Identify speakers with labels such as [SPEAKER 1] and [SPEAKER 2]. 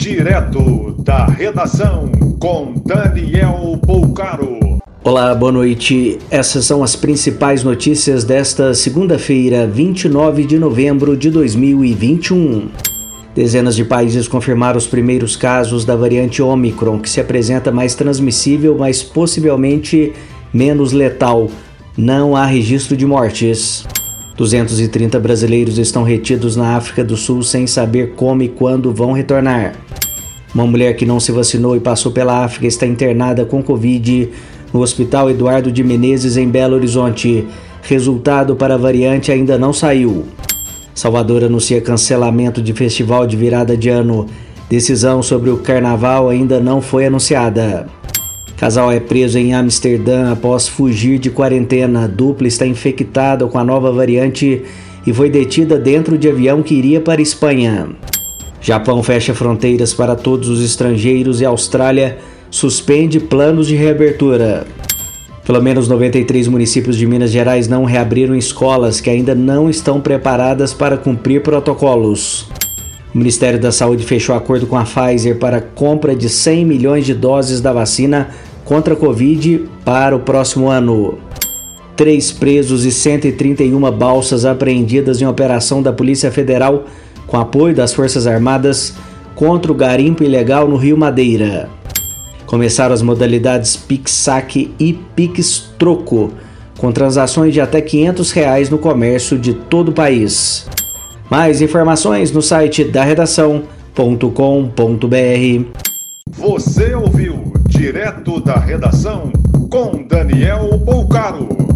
[SPEAKER 1] Direto da redação com Daniel Poucaro.
[SPEAKER 2] Olá, boa noite. Essas são as principais notícias desta segunda-feira, 29 de novembro de 2021. Dezenas de países confirmaram os primeiros casos da variante Ômicron, que se apresenta mais transmissível, mas possivelmente menos letal. Não há registro de mortes. 230 brasileiros estão retidos na África do Sul sem saber como e quando vão retornar. Uma mulher que não se vacinou e passou pela África está internada com Covid no Hospital Eduardo de Menezes, em Belo Horizonte. Resultado para a variante ainda não saiu. Salvador anuncia cancelamento de festival de virada de ano. Decisão sobre o carnaval ainda não foi anunciada. Casal é preso em Amsterdã após fugir de quarentena. Dupla está infectada com a nova variante e foi detida dentro de avião que iria para a Espanha. Japão fecha fronteiras para todos os estrangeiros e Austrália suspende planos de reabertura. Pelo menos 93 municípios de Minas Gerais não reabriram escolas que ainda não estão preparadas para cumprir protocolos. O Ministério da Saúde fechou acordo com a Pfizer para a compra de 100 milhões de doses da vacina contra a Covid para o próximo ano. 3 presos e 131 balsas apreendidas em operação da Polícia Federal com apoio das Forças Armadas contra o garimpo ilegal no Rio Madeira. Começaram as modalidades Pix-Saque e Pix-Troco, com transações de até R$500 no comércio de todo o país. Mais informações no site da redação.com.br.
[SPEAKER 1] Você ouviu Direto da Redação com Daniel Poucaro.